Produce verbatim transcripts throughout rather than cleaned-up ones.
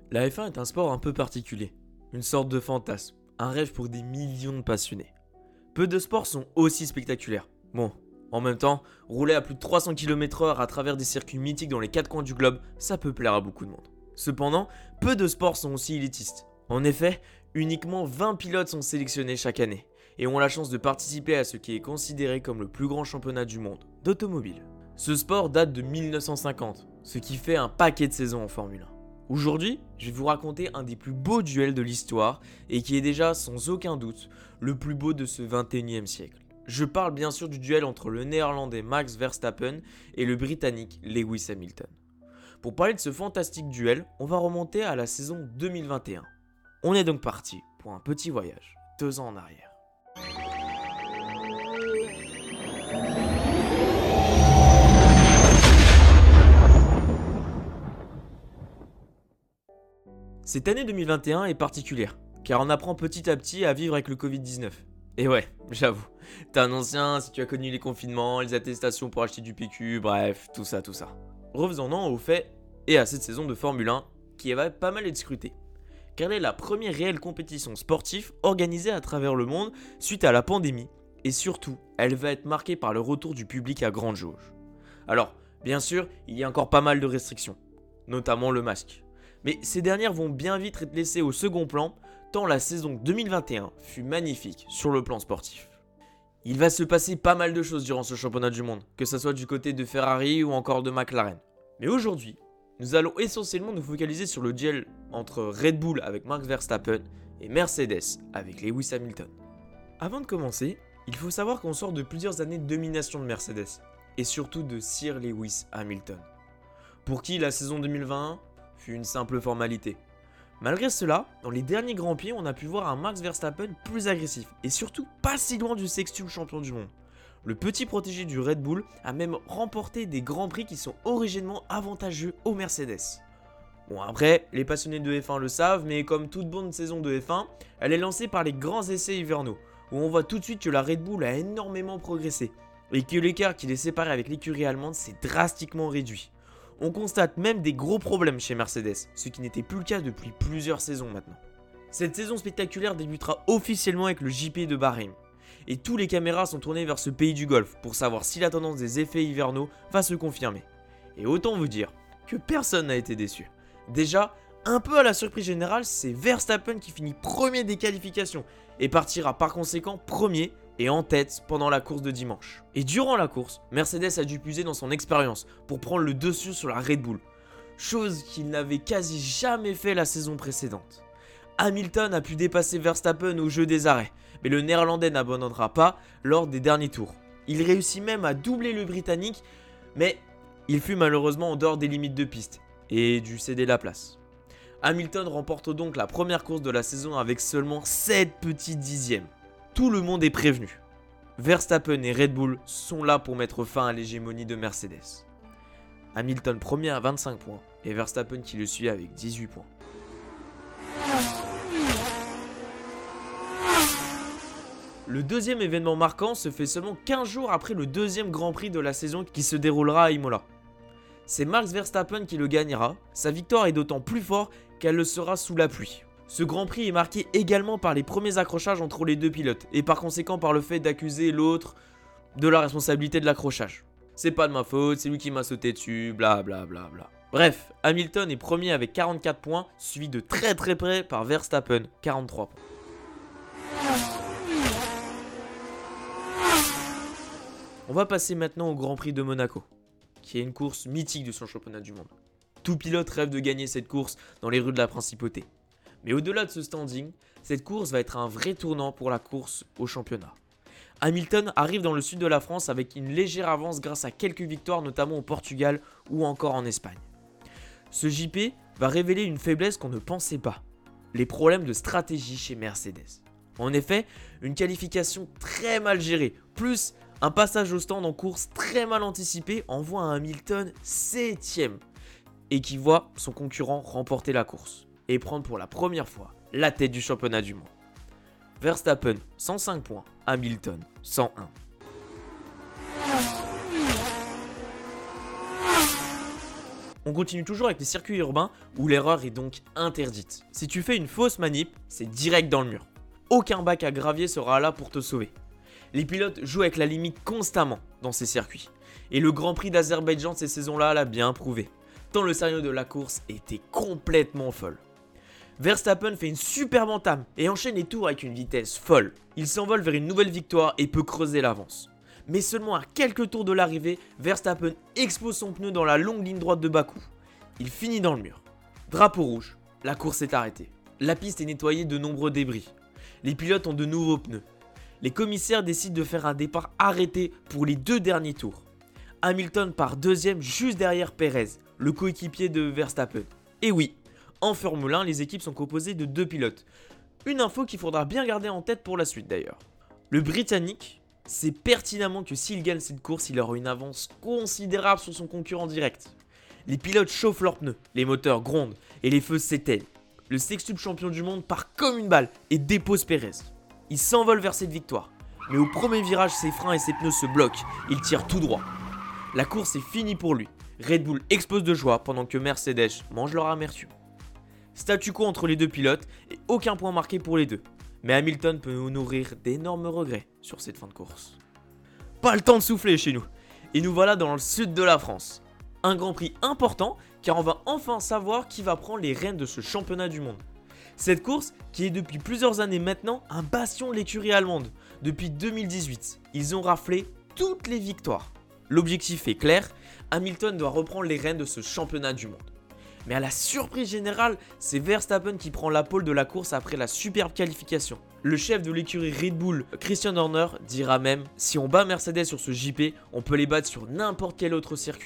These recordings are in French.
La F un est un sport un peu particulier, une sorte de fantasme, un rêve pour des millions de passionnés. Peu de sports sont aussi spectaculaires. Bon, en même temps, rouler à plus de trois cents kilomètres heure à travers des circuits mythiques dans les quatre coins du globe, ça peut plaire à beaucoup de monde. Cependant, peu de sports sont aussi élitistes. En effet, uniquement vingt pilotes sont sélectionnés chaque année et ont la chance de participer à ce qui est considéré comme le plus grand championnat du monde d'automobile. Ce sport date de mille neuf cent cinquante, ce qui fait un paquet de saisons en Formule un. Aujourd'hui, je vais vous raconter un des plus beaux duels de l'histoire et qui est déjà sans aucun doute le plus beau de ce vingt et unième siècle. Je parle bien sûr du duel entre le néerlandais Max Verstappen et le britannique Lewis Hamilton. Pour parler de ce fantastique duel, on va remonter à la saison deux mille vingt et un. On est donc parti pour un petit voyage, deux ans en arrière. Cette année deux mille vingt et un est particulière, car on apprend petit à petit à vivre avec le covid dix-neuf. Et ouais, j'avoue, t'es un ancien si tu as connu les confinements, les attestations pour acheter du P Q, bref, tout ça, tout ça. Revenons-en au fait et à cette saison de Formule un qui va pas mal être scrutée, car elle est la première réelle compétition sportive organisée à travers le monde suite à la pandémie, et surtout, elle va être marquée par le retour du public à grande jauge. Alors, bien sûr, il y a encore pas mal de restrictions, notamment le masque. Mais ces dernières vont bien vite être laissées au second plan, tant la saison deux mille vingt et un fut magnifique sur le plan sportif. Il va se passer pas mal de choses durant ce championnat du monde, que ce soit du côté de Ferrari ou encore de McLaren. Mais aujourd'hui, nous allons essentiellement nous focaliser sur le duel entre Red Bull avec Max Verstappen et Mercedes avec Lewis Hamilton. Avant de commencer, il faut savoir qu'on sort de plusieurs années de domination de Mercedes, et surtout de Sir Lewis Hamilton, pour qui la saison deux mille vingt et un fut une simple formalité. Malgré cela, dans les derniers Grands Prix, on a pu voir un Max Verstappen plus agressif et surtout pas si loin du sextuple champion du monde. Le petit protégé du Red Bull a même remporté des Grands Prix qui sont originellement avantageux aux Mercedes. Bon après, les passionnés de F un le savent, mais comme toute bonne saison de F un, elle est lancée par les grands essais hivernaux, où on voit tout de suite que la Red Bull a énormément progressé, et que l'écart qui les séparait avec l'écurie allemande s'est drastiquement réduit. On constate même des gros problèmes chez Mercedes, ce qui n'était plus le cas depuis plusieurs saisons maintenant. Cette saison spectaculaire débutera officiellement avec le J P de Bahreïn, et tous les caméras sont tournées vers ce pays du Golfe pour savoir si la tendance des effets hivernaux va se confirmer. Et autant vous dire que personne n'a été déçu. Déjà, un peu à la surprise générale, c'est Verstappen qui finit premier des qualifications et partira par conséquent premier et en tête pendant la course de dimanche. Et durant la course, Mercedes a dû puiser dans son expérience pour prendre le dessus sur la Red Bull, chose qu'il n'avait quasi jamais fait la saison précédente. Hamilton a pu dépasser Verstappen au jeu des arrêts, mais le néerlandais n'abandonnera pas lors des derniers tours. Il réussit même à doubler le britannique, mais il fut malheureusement en dehors des limites de piste et dut céder la place. Hamilton remporte donc la première course de la saison avec seulement sept petits dixièmes. Tout le monde est prévenu. Verstappen et Red Bull sont là pour mettre fin à l'hégémonie de Mercedes. Hamilton premier à vingt-cinq points et Verstappen qui le suit avec dix-huit points. Le deuxième événement marquant se fait seulement quinze jours après le deuxième Grand Prix de la saison qui se déroulera à Imola. C'est Max Verstappen qui le gagnera, sa victoire est d'autant plus forte qu'elle le sera sous la pluie. Ce Grand Prix est marqué également par les premiers accrochages entre les deux pilotes et par conséquent par le fait d'accuser l'autre de la responsabilité de l'accrochage. C'est pas de ma faute, c'est lui qui m'a sauté dessus, bla bla bla bla. Bref, Hamilton est premier avec quarante-quatre points, suivi de très très près par Verstappen, quarante-trois points. On va passer maintenant au Grand Prix de Monaco, qui est une course mythique de son championnat du monde. Tout pilote rêve de gagner cette course dans les rues de la Principauté. Mais au-delà de ce standing, cette course va être un vrai tournant pour la course au championnat. Hamilton arrive dans le sud de la France avec une légère avance grâce à quelques victoires notamment au Portugal ou encore en Espagne. Ce J P va révéler une faiblesse qu'on ne pensait pas, les problèmes de stratégie chez Mercedes. En effet, une qualification très mal gérée, plus un passage au stand en course très mal anticipé envoie un Hamilton septième et qui voit son concurrent remporter la course et prendre pour la première fois la tête du championnat du monde. Verstappen cent cinq points, Hamilton cent un. On continue toujours avec les circuits urbains où l'erreur est donc interdite. Si tu fais une fausse manip, c'est direct dans le mur. Aucun bac à gravier sera là pour te sauver. Les pilotes jouent avec la limite constamment dans ces circuits. Et le Grand Prix d'Azerbaïdjan de ces saisons-là l'a bien prouvé. Tant le sérieux de la course était complètement folle. Verstappen fait une superbe entame et enchaîne les tours avec une vitesse folle. Il s'envole vers une nouvelle victoire et peut creuser l'avance. Mais seulement à quelques tours de l'arrivée, Verstappen explose son pneu dans la longue ligne droite de Bakou. Il finit dans le mur. Drapeau rouge, la course est arrêtée. La piste est nettoyée de nombreux débris. Les pilotes ont de nouveaux pneus. Les commissaires décident de faire un départ arrêté pour les deux derniers tours. Hamilton part deuxième juste derrière Perez, le coéquipier de Verstappen. Et oui, en Formule un, les équipes sont composées de deux pilotes. Une info qu'il faudra bien garder en tête pour la suite d'ailleurs. Le Britannique sait pertinemment que s'il gagne cette course, il aura une avance considérable sur son concurrent direct. Les pilotes chauffent leurs pneus, les moteurs grondent et les feux s'éteignent. Le sextuple champion du monde part comme une balle et dépose Perez. Il s'envole vers cette victoire, mais au premier virage, ses freins et ses pneus se bloquent, il tire tout droit. La course est finie pour lui. Red Bull explose de joie pendant que Mercedes mange leur amertume. Statu quo entre les deux pilotes et aucun point marqué pour les deux. Mais Hamilton peut nous nourrir d'énormes regrets sur cette fin de course. Pas le temps de souffler chez nous. Et nous voilà dans le sud de la France. Un Grand Prix important car on va enfin savoir qui va prendre les rênes de ce championnat du monde. Cette course qui est depuis plusieurs années maintenant un bastion de l'écurie allemande. Depuis deux mille dix-huit, ils ont raflé toutes les victoires. L'objectif est clair, Hamilton doit reprendre les rênes de ce championnat du monde. Mais à la surprise générale, c'est Verstappen qui prend la pole de la course après la superbe qualification. Le chef de l'écurie Red Bull, Christian Horner, dira même « Si on bat Mercedes sur ce J P, on peut les battre sur n'importe quel autre circuit ».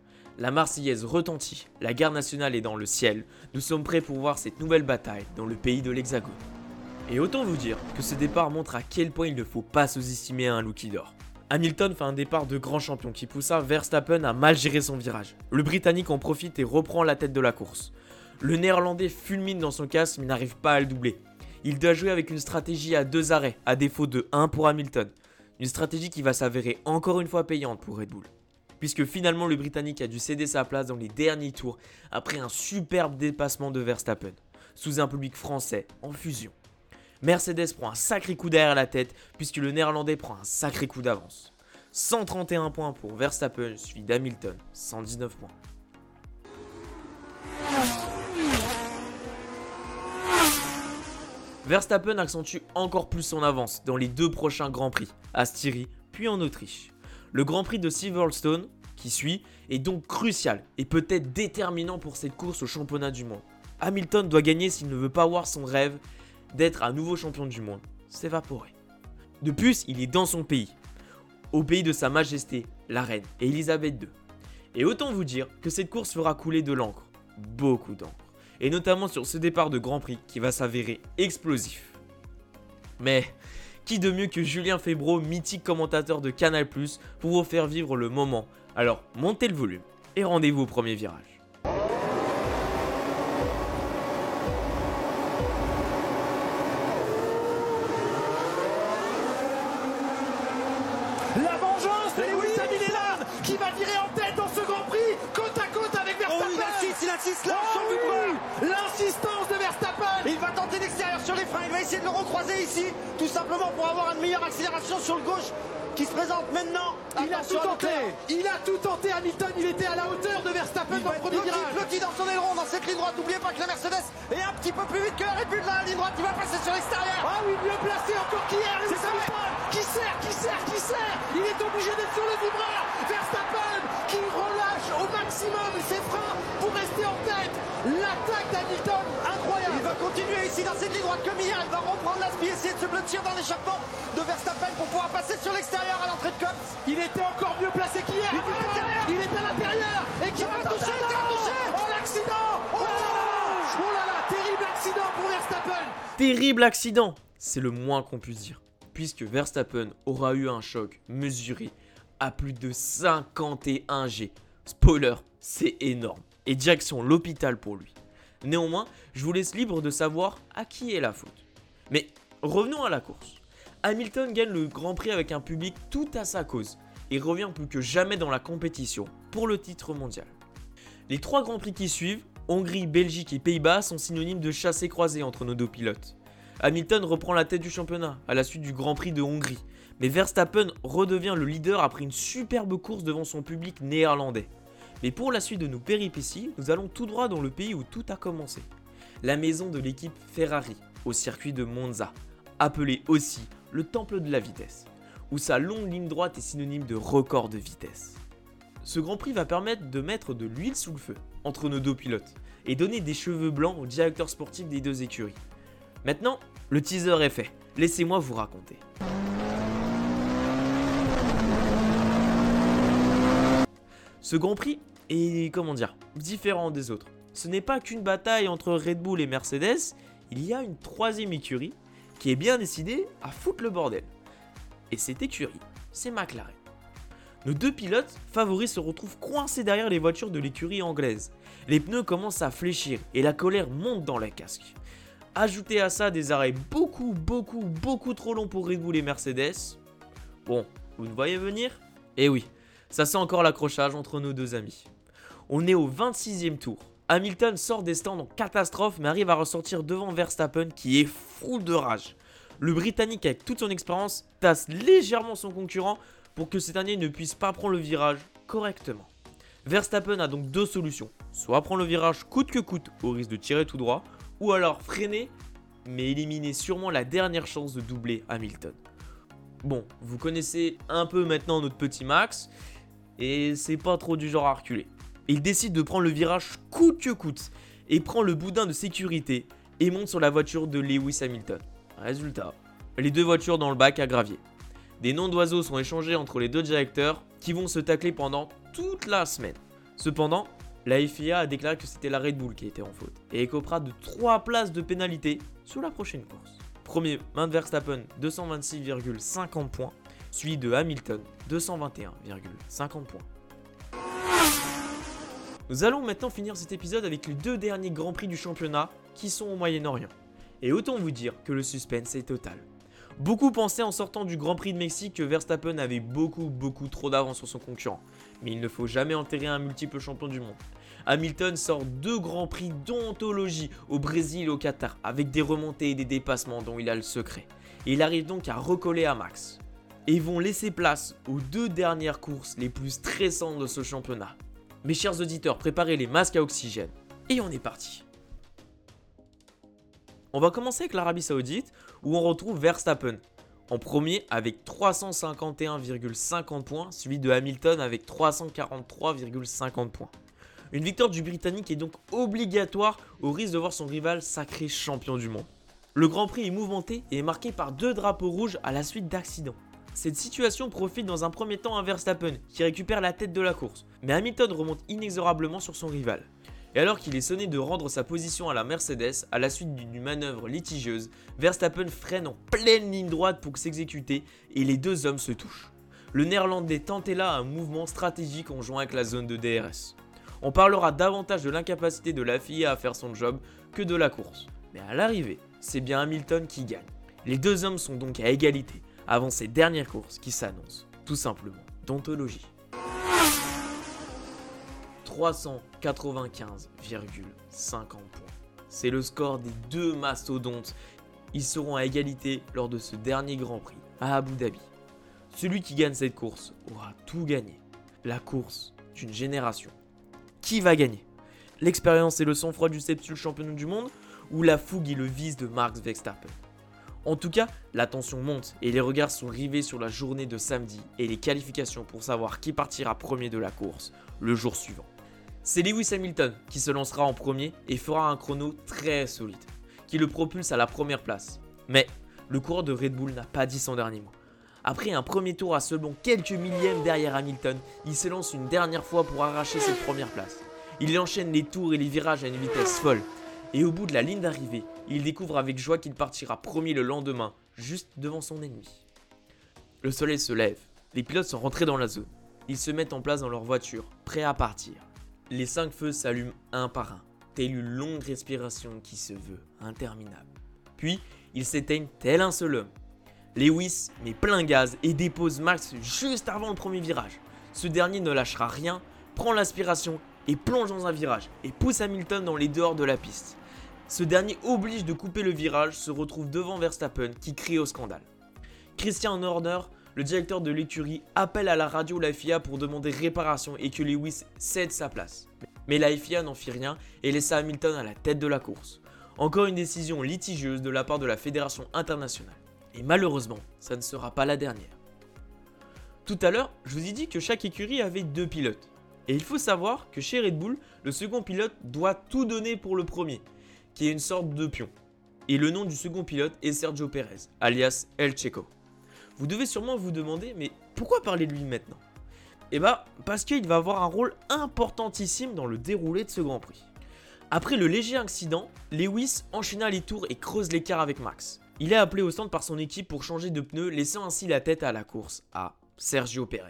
La Marseillaise retentit, la garde nationale est dans le ciel, nous sommes prêts pour voir cette nouvelle bataille dans le pays de l'Hexagone. Et autant vous dire que ce départ montre à quel point il ne faut pas sous-estimer un Rookie d'or. Hamilton fait un départ de grand champion qui poussa Verstappen à mal gérer son virage. Le Britannique en profite et reprend la tête de la course. Le Néerlandais fulmine dans son casque mais n'arrive pas à le doubler. Il doit jouer avec une stratégie à deux arrêts, à défaut de un pour Hamilton. Une stratégie qui va s'avérer encore une fois payante pour Red Bull. Puisque finalement le Britannique a dû céder sa place dans les derniers tours après un superbe dépassement de Verstappen, sous un public français en fusion. Mercedes prend un sacré coup derrière la tête puisque le Néerlandais prend un sacré coup d'avance. cent trente et un points pour Verstappen suivi d'Hamilton, cent dix-neuf points. Verstappen accentue encore plus son avance dans les deux prochains Grands Prix, à Styrie puis en Autriche. Le Grand Prix de Silverstone, qui suit, est donc crucial et peut-être déterminant pour cette course au championnat du monde. Hamilton doit gagner s'il ne veut pas voir son rêve d'être un nouveau champion du monde s'évaporer. De plus, il est dans son pays, au pays de sa majesté, la reine Elisabeth deux. Et autant vous dire que cette course fera couler de l'encre, beaucoup d'encre, et notamment sur ce départ de Grand Prix qui va s'avérer explosif. Mais qui de mieux que Julien Febvre, mythique commentateur de Canal plus, pour vous faire vivre le moment. Alors montez le volume et rendez-vous au premier virage. La vengeance de Lewis Hamilton qui va virer en tête dans ce Grand Prix, côte à côte avec Verstappen. Oh, il insiste, il insiste là, oh, sur oui, du poids. L'insistance de Verstappen. Il va tenter l'extérieur sur les freins, il va essayer de le recroiser ici, tout simplement pour avoir une meilleure accélération sur le gauche qui se présente maintenant. Il a tout tenté, il a tout tenté Hamilton, il était à la hauteur de Verstappen dans le premier virage. Blotti dans son aileron, dans cette ligne droite, n'oubliez pas que la Mercedes est un petit peu plus vite que la Red Bull dans la ligne droite, il va passer sur l'extérieur. Ah oui, mieux placé encore qu'hier, Lewis Hamilton qui sert, qui sert, qui sert. Il est obligé d'être sur le vibreur. Verstappen qui relâche au maximum ses freins pour rester en tête. L'attaque d'Hamilton, incroyable. Il va continuer ici dans cette ligne droite comme hier, il va reprendre l'aspi, essayer de se blottir dans l'échappement de Verstappen pour pouvoir passer sur l'extérieur à l'entrée de Copse. Il était encore mieux placé qu'hier. Il est à l'intérieur. Il est à l'intérieur. Et qui va toucher, il va toucher. Oh l'accident. Oh là là. Oh là là, terrible accident pour Verstappen. Terrible accident, c'est le moins qu'on puisse dire. Puisque Verstappen aura eu un choc mesuré à plus de cinquante et un G. Spoiler, c'est énorme. Et direction l'hôpital pour lui. Néanmoins, je vous laisse libre de savoir à qui est la faute. Mais revenons à la course. Hamilton gagne le Grand Prix avec un public tout à sa cause et revient plus que jamais dans la compétition pour le titre mondial. Les trois grands prix qui suivent, Hongrie, Belgique et Pays-Bas, sont synonymes de chassé croisé entre nos deux pilotes. Hamilton reprend la tête du championnat à la suite du Grand Prix de Hongrie, mais Verstappen redevient le leader après une superbe course devant son public néerlandais. Mais pour la suite de nos péripéties, nous allons tout droit dans le pays où tout a commencé. La maison de l'équipe Ferrari, au circuit de Monza, appelé aussi le temple de la vitesse, où sa longue ligne droite est synonyme de record de vitesse. Ce Grand Prix va permettre de mettre de l'huile sous le feu entre nos deux pilotes et donner des cheveux blancs au directeur sportif des deux écuries. Maintenant, le teaser est fait, laissez-moi vous raconter. Ce Grand Prix est, comment dire, différent des autres. Ce n'est pas qu'une bataille entre Red Bull et Mercedes, il y a une troisième écurie qui est bien décidée à foutre le bordel. Et cette écurie, c'est McLaren. Nos deux pilotes favoris se retrouvent coincés derrière les voitures de l'écurie anglaise. Les pneus commencent à fléchir et la colère monte dans les casques. Ajoutez à ça des arrêts beaucoup, beaucoup, beaucoup trop longs pour Red Bull et Mercedes. Bon, vous ne voyez venir ? Eh oui, ça sent encore l'accrochage entre nos deux amis. On est au vingt-sixième tour. Hamilton sort des stands en catastrophe mais arrive à ressortir devant Verstappen qui est fou de rage. Le Britannique avec toute son expérience tasse légèrement son concurrent pour que cet dernier ne puisse pas prendre le virage correctement. Verstappen a donc deux solutions, soit prendre le virage coûte que coûte au risque de tirer tout droit, ou alors freiner mais éliminer sûrement la dernière chance de doubler Hamilton. Bon, vous connaissez un peu maintenant notre petit Max et c'est pas trop du genre à reculer. Il décide de prendre le virage coûte que coûte et prend le boudin de sécurité et monte sur la voiture de Lewis Hamilton. Résultat, les deux voitures dans le bac à gravier. Des noms d'oiseaux sont échangés entre les deux directeurs qui vont se tacler pendant toute la semaine. Cependant, la F I A a déclaré que c'était la Red Bull qui était en faute et écopera de trois places de pénalité sur la prochaine course. Premier, Max Verstappen, deux cent vingt-six virgule cinquante points, suivi de Hamilton, deux cent vingt et un virgule cinquante points. Nous allons maintenant finir cet épisode avec les deux derniers Grands Prix du championnat qui sont au Moyen-Orient. Et autant vous dire que le suspense est total. Beaucoup pensaient en sortant du Grand Prix de Mexique que Verstappen avait beaucoup beaucoup trop d'avance sur son concurrent. Mais il ne faut jamais enterrer un multiple champion du monde. Hamilton sort deux Grands Prix d'anthologie au Brésil et au Qatar avec des remontées et des dépassements dont il a le secret. Et il arrive donc à recoller à Max. Et vont laisser place aux deux dernières courses les plus stressantes de ce championnat. Mes chers auditeurs, préparez les masques à oxygène. Et on est parti. On va commencer avec l'Arabie Saoudite où on retrouve Verstappen en premier avec trois cent cinquante et un virgule cinquante points, suivi de Hamilton avec trois cent quarante-trois virgule cinquante points. Une victoire du Britannique est donc obligatoire au risque de voir son rival sacré champion du monde. Le Grand Prix est mouvementé et est marqué par deux drapeaux rouges à la suite d'accidents. Cette situation profite dans un premier temps à Verstappen qui récupère la tête de la course, mais Hamilton remonte inexorablement sur son rival. Et alors qu'il est sonné de rendre sa position à la Mercedes à la suite d'une manœuvre litigieuse, Verstappen freine en pleine ligne droite pour s'exécuter et les deux hommes se touchent. Le Néerlandais tentait là un mouvement stratégique en jouant avec la zone de D R S. On parlera davantage de l'incapacité de la F I A à faire son job que de la course. Mais à l'arrivée, c'est bien Hamilton qui gagne. Les deux hommes sont donc à égalité avant ces dernières courses qui s'annoncent tout simplement d'anthologie. trois cent quatre-vingt-quinze virgule cinquante points. C'est le score des deux mastodontes. Ils seront à égalité lors de ce dernier Grand Prix à Abu Dhabi. Celui qui gagne cette course aura tout gagné. La course d'une génération. Qui va gagner? L'expérience et le sang-froid du septuple champion du monde ou la fougue et le vice de Max Verstappen? En tout cas, la tension monte et les regards sont rivés sur la journée de samedi et les qualifications pour savoir qui partira premier de la course le jour suivant. C'est Lewis Hamilton qui se lancera en premier et fera un chrono très solide, qui le propulse à la première place. Mais le coureur de Red Bull n'a pas dit son dernier mot. Après un premier tour à seulement quelques millièmes derrière Hamilton, il se lance une dernière fois pour arracher cette première place. Il enchaîne les tours et les virages à une vitesse folle. Et au bout de la ligne d'arrivée, il découvre avec joie qu'il partira premier le lendemain, juste devant son ennemi. Le soleil se lève, les pilotes sont rentrés dans la zone. Ils se mettent en place dans leur voiture, prêts à partir. Les cinq feux s'allument un par un, telle une longue respiration qui se veut interminable. Puis, ils s'éteignent tel un seul homme. Lewis met plein gaz et dépose Max juste avant le premier virage. Ce dernier ne lâchera rien, prend l'aspiration et plonge dans un virage et pousse Hamilton dans les dehors de la piste. Ce dernier oblige de couper le virage, se retrouve devant Verstappen qui crie au scandale. Christian Horner, le directeur de l'écurie, appelle à la radio la F I A pour demander réparation et que Lewis cède sa place. Mais la F I A n'en fit rien et laissa Hamilton à la tête de la course. Encore une décision litigieuse de la part de la Fédération internationale. Et malheureusement, ça ne sera pas la dernière. Tout à l'heure, je vous ai dit que chaque écurie avait deux pilotes. Et il faut savoir que chez Red Bull, le second pilote doit tout donner pour le premier, qui est une sorte de pion. Et le nom du second pilote est Sergio Pérez, alias El Checo. Vous devez sûrement vous demander, mais pourquoi parler de lui maintenant? Eh bah, parce qu'il va avoir un rôle importantissime dans le déroulé de ce Grand Prix. Après le léger accident, Lewis enchaîna les tours et creuse l'écart avec Max. Il est appelé au stand par son équipe pour changer de pneu, laissant ainsi la tête à la course à Sergio Pérez.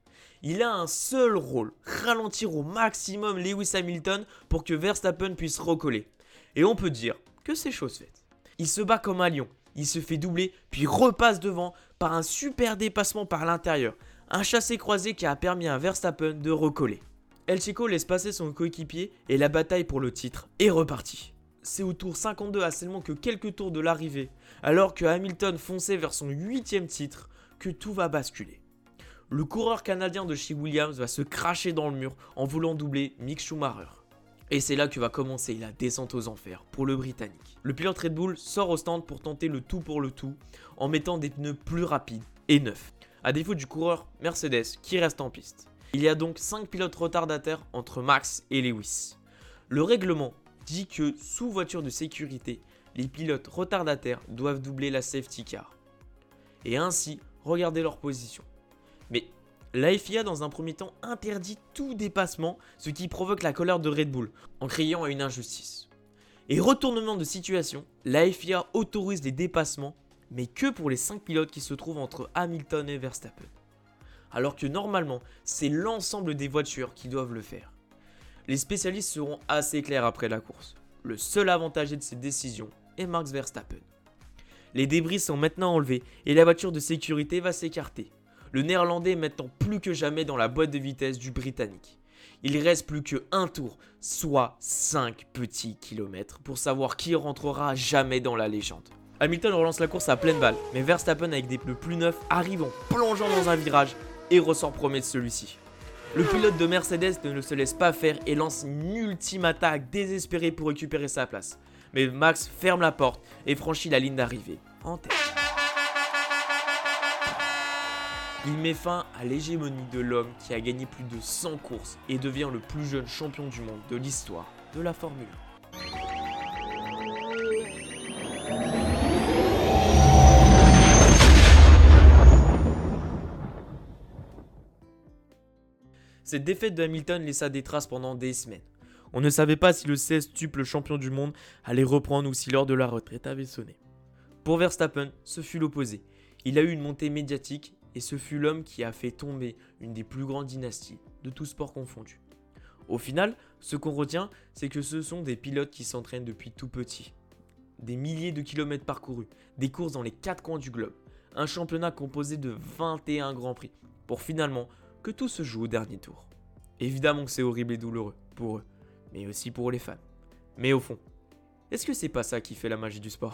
Il a un seul rôle, ralentir au maximum Lewis Hamilton pour que Verstappen puisse recoller. Et on peut dire que c'est chose faite. Il se bat comme un lion, il se fait doubler, puis repasse devant par un super dépassement par l'intérieur. Un chassé-croisé qui a permis à Verstappen de recoller. El Checo laisse passer son coéquipier et la bataille pour le titre est repartie. C'est au tour cinquante-deux à seulement que quelques tours de l'arrivée, alors que Hamilton fonçait vers son huitième titre, que tout va basculer. Le coureur canadien de chez Williams va se cracher dans le mur en voulant doubler Mick Schumacher. Et c'est là que va commencer la descente aux enfers pour le Britannique. Le pilote Red Bull sort au stand pour tenter le tout pour le tout en mettant des pneus plus rapides et neufs, à défaut du coureur Mercedes qui reste en piste. Il y a donc cinq pilotes retardataires entre Max et Lewis. Le règlement dit que sous voiture de sécurité, les pilotes retardataires doivent doubler la safety car et ainsi regarder leur position. Mais la F I A dans un premier temps interdit tout dépassement, ce qui provoque la colère de Red Bull en criant à une injustice. Et retournement de situation, la F I A autorise les dépassements, mais que pour les cinq pilotes qui se trouvent entre Hamilton et Verstappen. Alors que normalement, c'est l'ensemble des voitures qui doivent le faire. Les spécialistes seront assez clairs après la course. Le seul avantagé de cette décision est Max Verstappen. Les débris sont maintenant enlevés et la voiture de sécurité va s'écarter. Le néerlandais est maintenant plus que jamais dans la boîte de vitesse du britannique. Il reste plus que un tour, soit cinq petits kilomètres pour savoir qui rentrera jamais dans la légende. Hamilton relance la course à pleine balle, mais Verstappen avec des pneus plus neufs arrive en plongeant dans un virage et ressort premier de celui-ci. Le pilote de Mercedes ne se laisse pas faire et lance une ultime attaque désespérée pour récupérer sa place. Mais Max ferme la porte et franchit la ligne d'arrivée en tête. Il met fin à l'hégémonie de l'homme qui a gagné plus de cent courses et devient le plus jeune champion du monde de l'histoire de la Formule un. Cette défaite de Hamilton laissa des traces pendant des semaines. On ne savait pas si le sextuple champion du monde allait reprendre ou si l'heure de la retraite avait sonné. Pour Verstappen, ce fut l'opposé. Il a eu une montée médiatique et ce fut l'homme qui a fait tomber une des plus grandes dynasties, de tous sports confondus. Au final, ce qu'on retient, c'est que ce sont des pilotes qui s'entraînent depuis tout petit. Des milliers de kilomètres parcourus, des courses dans les quatre coins du globe, un championnat composé de vingt et un grands prix, pour finalement que tout se joue au dernier tour. Évidemment que c'est horrible et douloureux, pour eux, mais aussi pour les fans. Mais au fond, est-ce que c'est pas ça qui fait la magie du sport ?